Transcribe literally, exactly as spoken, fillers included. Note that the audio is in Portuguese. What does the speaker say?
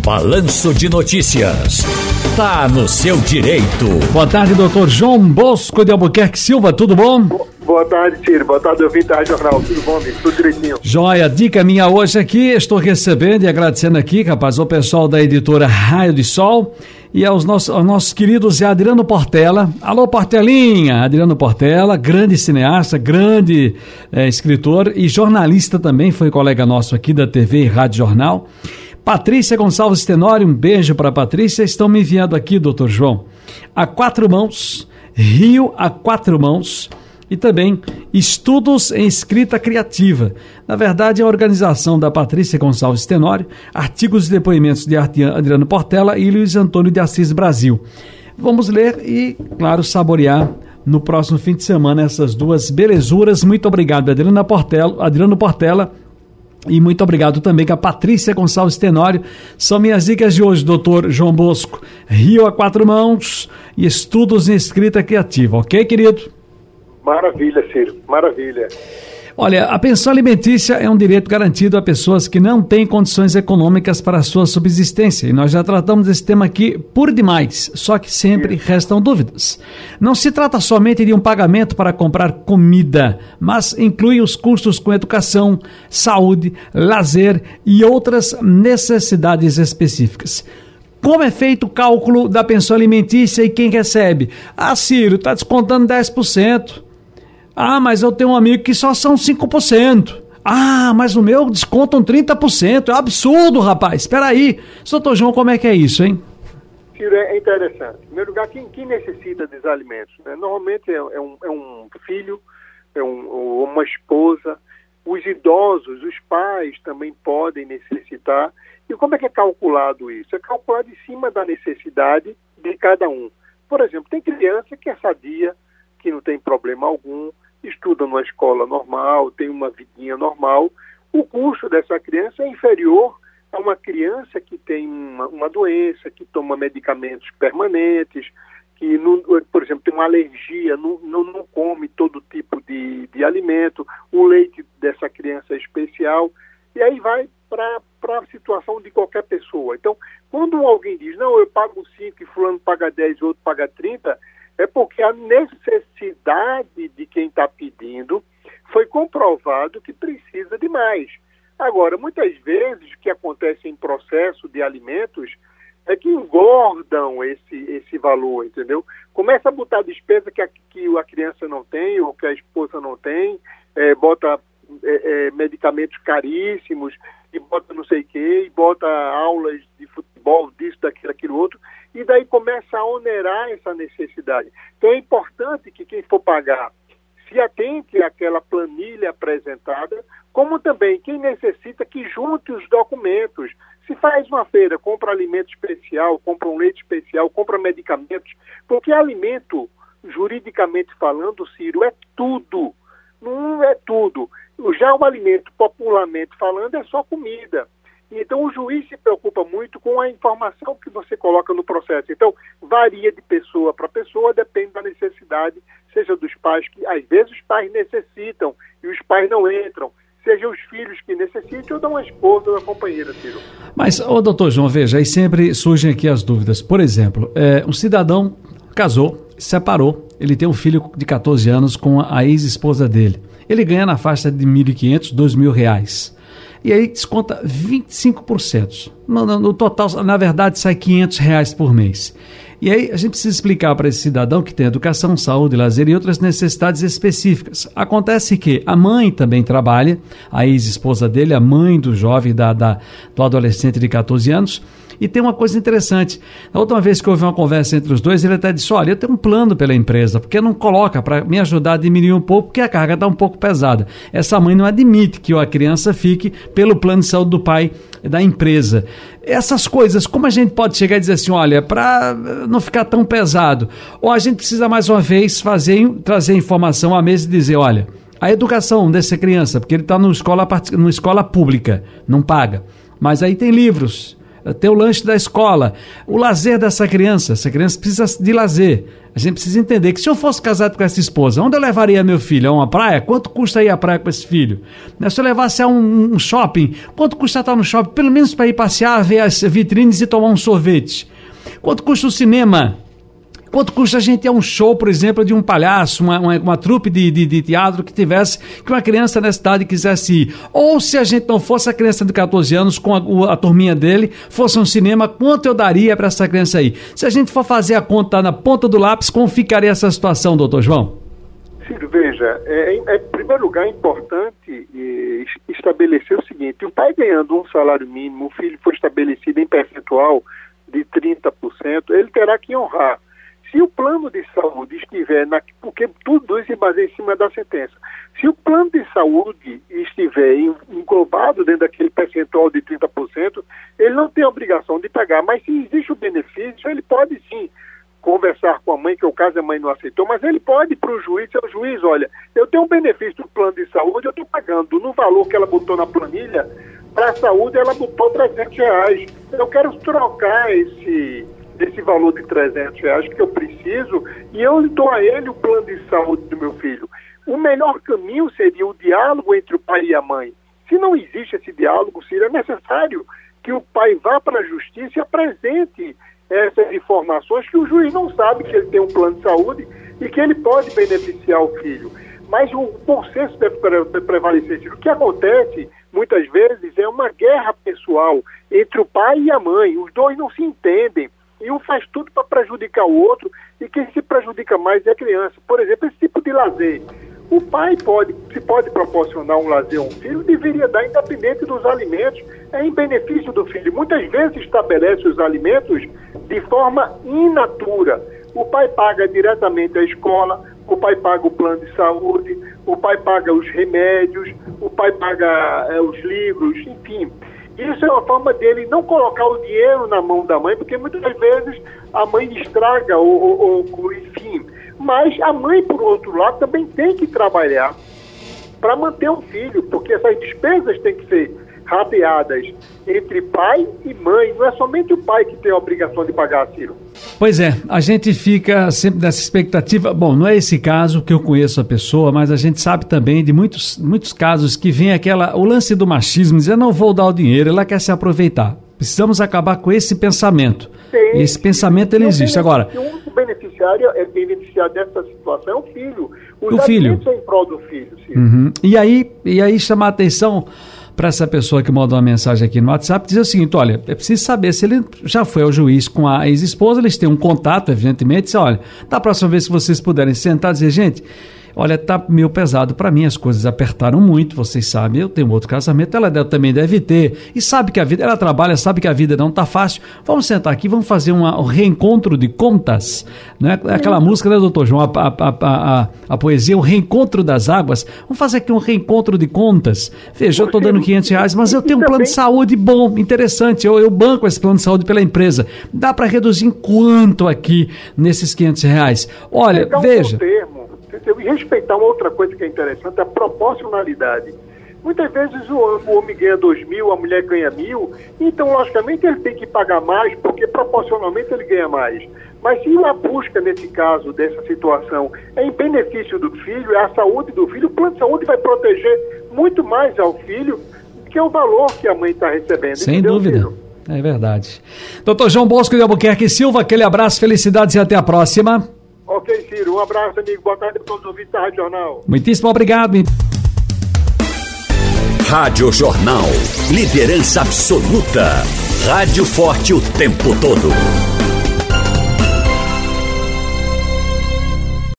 Balanço de Notícias. Tá no seu direito. Boa tarde, doutor João Bosco de Albuquerque Silva, tudo bom? Boa tarde, Ciro. Boa tarde, ouvinte da Jornal. Tudo bom, amigo? Tudo direitinho. Joia, dica minha hoje aqui, estou recebendo e agradecendo aqui, rapaz, ao pessoal da editora Raio de Sol e aos nossos, aos nossos queridos Adriano Portela. Alô, Portelinha! Adriano Portela, grande cineasta, grande é, escritor e jornalista também, foi colega nosso aqui da T V e Rádio Jornal. Patrícia Gonçalves Tenório, um beijo para a Patrícia. Estão me enviando aqui, doutor João, a quatro mãos, Rio a quatro mãos, e também estudos em escrita criativa. Na verdade, é a organização da Patrícia Gonçalves Tenório, artigos e depoimentos de Adriano Portela e Luiz Antônio de Assis Brasil. Vamos ler e, claro, saborear no próximo fim de semana essas duas belezuras. Muito obrigado, Adriano Portela, Adriano Portela. E muito obrigado também a Patrícia Gonçalves Tenório. São minhas dicas de hoje, doutor João Bosco. Rio a quatro mãos e estudos em escrita criativa. Ok, querido? Maravilha, Ciro. Maravilha. Olha, a pensão alimentícia é um direito garantido a pessoas que não têm condições econômicas para a sua subsistência. E nós já tratamos desse tema aqui por demais, só que sempre restam dúvidas. Não se trata somente de um pagamento para comprar comida, mas inclui os custos com educação, saúde, lazer e outras necessidades específicas. Como é feito o cálculo da pensão alimentícia e quem recebe? Ah, Ciro, está descontando dez por cento. Ah, mas eu tenho um amigo que só são cinco por cento. Ah, mas o meu descontam trinta por cento. É absurdo, rapaz. Espera aí. Doutor João, como é que é isso, hein? Ciro, é interessante. Em primeiro lugar, quem, quem necessita desses alimentos? Né? Normalmente é, é, um, é um filho, é um, uma esposa, os idosos, os pais também podem necessitar. E como é que é calculado isso? É calculado em cima da necessidade de cada um. Por exemplo, tem criança que é sadia, que não tem problema algum, estuda numa escola normal, tem uma vidinha normal. O custo dessa criança é inferior a uma criança que tem uma, uma doença, que toma medicamentos permanentes, que, não, por exemplo, tem uma alergia, não, não, não come todo tipo de, de alimento, o leite dessa criança é especial, e aí vai para a situação de qualquer pessoa. Então, quando alguém diz, não, eu pago cinco e fulano paga dez e outro paga trinta, é porque a necessidade de quem está pedindo foi comprovado que precisa de mais. Agora, muitas vezes o que acontece em processo de alimentos é que engordam esse, esse valor, entendeu? Começa a botar despesa que a, que a criança não tem ou que a esposa não tem, é, bota é, é, medicamentos caríssimos, e bota não sei o quê, e bota aulas de futebol, disso, daquilo, aquilo outro, e daí começa a onerar essa necessidade. Então é importante que quem for pagar se atente àquela planilha apresentada, como também quem necessita que junte os documentos. Se faz uma feira, compra alimento especial, compra um leite especial, compra medicamentos, porque alimento, juridicamente falando, Ciro, é tudo, não é tudo. Já o alimento, popularmente falando, é só comida. Então, o juiz se preocupa muito com a informação que você coloca no processo. Então, varia de pessoa para pessoa, depende da necessidade, seja dos pais, que às vezes os pais necessitam e os pais não entram, seja os filhos que necessitam ou da uma esposa ou da companheira, Ciro. Mas, ô doutor João, veja, aí sempre surgem aqui as dúvidas. Por exemplo, é, um cidadão casou, separou, ele tem um filho de catorze anos com a ex-esposa dele. Ele ganha na faixa de mil e quinhentos, dois mil reais. E aí desconta vinte e cinco por cento. No, no, no total, na verdade, sai quinhentos reais por mês. E aí a gente precisa explicar para esse cidadão que tem educação, saúde, lazer e outras necessidades específicas. Acontece que a mãe também trabalha, a ex-esposa dele, a mãe do jovem, da, da, do adolescente de catorze anos. E tem uma coisa interessante, na última vez que houve uma conversa entre os dois, ele até disse, olha, eu tenho um plano pela empresa, porque não coloca para me ajudar a diminuir um pouco, porque a carga está um pouco pesada. Essa mãe não admite que a criança fique pelo plano de saúde do pai da empresa. Essas coisas, como a gente pode chegar e dizer assim, olha, para não ficar tão pesado, ou a gente precisa mais uma vez fazer, trazer informação à mesa e dizer, olha, a educação dessa criança, porque ele está numa escola, numa escola pública, não paga, mas aí tem livros, ter o lanche da escola, o lazer dessa criança. Essa criança precisa de lazer. A gente precisa entender que se eu fosse casado com essa esposa, onde eu levaria meu filho? A uma praia? Quanto custa ir à praia com esse filho? Se eu levasse a um, um shopping, quanto custa estar no shopping? Pelo menos para ir passear, ver as vitrines e tomar um sorvete. Quanto custa o cinema? Quanto custa a gente ir a um show, por exemplo, de um palhaço, uma, uma, uma trupe de, de, de teatro que tivesse, que uma criança nessa idade quisesse ir? Ou se a gente não fosse a criança de catorze anos com a, a turminha dele, fosse um cinema, quanto eu daria para essa criança aí? Se a gente for fazer a conta na ponta do lápis, como ficaria essa situação, doutor João? Ciro, veja, é, é, em primeiro lugar é importante é, estabelecer o seguinte: o pai ganhando um salário mínimo, o filho for estabelecido em percentual de trinta por cento, ele terá que honrar. Se o plano de saúde estiver, na, porque tudo se baseia em cima da sentença, se o plano de saúde estiver englobado dentro daquele percentual de trinta por cento, ele não tem a obrigação de pagar, mas se existe o benefício, ele pode sim conversar com a mãe, que é o caso a mãe não aceitou, mas ele pode ir para o juiz, dizer ao juiz: olha, eu tenho um benefício do plano de saúde, eu estou pagando no valor que ela botou na planilha, para a saúde ela botou trezentos reais, eu quero trocar esse... esse valor de trezentos reais que eu preciso e eu dou a ele o plano de saúde do meu filho. O melhor caminho seria o diálogo entre o pai e a mãe. Se não existe esse diálogo, seria necessário que o pai vá para a justiça e apresente essas informações, que o juiz não sabe que ele tem um plano de saúde e que ele pode beneficiar o filho. Mas o bom senso deve prevalecer. O que acontece, muitas vezes, é uma guerra pessoal entre o pai e a mãe. Os dois não se entendem. E um faz tudo para prejudicar o outro, e quem se prejudica mais é a criança. Por exemplo, esse tipo de lazer. O pai pode, se pode proporcionar um lazer a um filho, deveria dar independente dos alimentos, é em benefício do filho. Muitas vezes estabelece os alimentos de forma in natura. O pai paga diretamente a escola, o pai paga o plano de saúde, o pai paga os remédios, o pai paga é, os livros, enfim. Isso é uma forma dele não colocar o dinheiro na mão da mãe, porque muitas vezes a mãe estraga, ou, ou, ou enfim. Mas a mãe, por outro lado, também tem que trabalhar para manter o filho, porque essas despesas têm que ser rateadas entre pai e mãe. Não é somente o pai que tem a obrigação de pagar, Ciro. Pois é, a gente fica sempre nessa expectativa. Bom, não é esse caso que eu conheço a pessoa, mas a gente sabe também de muitos, muitos casos que vem aquela, o lance do machismo, dizer: não vou dar o dinheiro, ela quer se aproveitar. Precisamos acabar com esse pensamento. Sim, e esse pensamento ele existe. Agora, o beneficiário é beneficiado dessa situação é o filho. Os o filho é em prol do filho, Ciro. Uhum. E aí, e aí chamar a atenção para essa pessoa que mandou uma mensagem aqui no WhatsApp, dizer o seguinte: olha, é preciso saber se ele já foi ao juiz com a ex-esposa, eles têm um contato, evidentemente, diz: olha, da próxima vez que vocês puderem sentar e dizer: gente, olha, tá meio pesado para mim, as coisas apertaram muito, vocês sabem, eu tenho outro casamento, ela deve, também deve ter, e sabe que a vida, ela trabalha, sabe que a vida não tá fácil, vamos sentar aqui, vamos fazer uma, um reencontro de contas, né? Aquela música, né, doutor João, a, a, a, a, a poesia, o reencontro das águas, vamos fazer aqui um reencontro de contas. Veja, eu tô dando quinhentos reais, mas eu tenho um plano de saúde bom, interessante, eu, eu banco esse plano de saúde pela empresa, dá para reduzir em quanto aqui nesses quinhentos reais? Olha, veja... E respeitar uma outra coisa que é interessante, a proporcionalidade. Muitas vezes o, o homem ganha dois mil, a mulher ganha mil, então, logicamente, ele tem que pagar mais, porque proporcionalmente ele ganha mais. Mas se a busca, nesse caso, dessa situação, é em benefício do filho, é a saúde do filho, o plano de saúde vai proteger muito mais ao filho do que o valor que a mãe está recebendo. Sem dúvida. Filho? É verdade. doutor João Bosco de Albuquerque Silva, aquele abraço, felicidades e até a próxima. Ok, Ciro. Um abraço, amigo. Boa tarde a todos os ouvintes da Rádio Jornal. Muitíssimo obrigado. Rádio Jornal. Liderança absoluta. Rádio forte o tempo todo.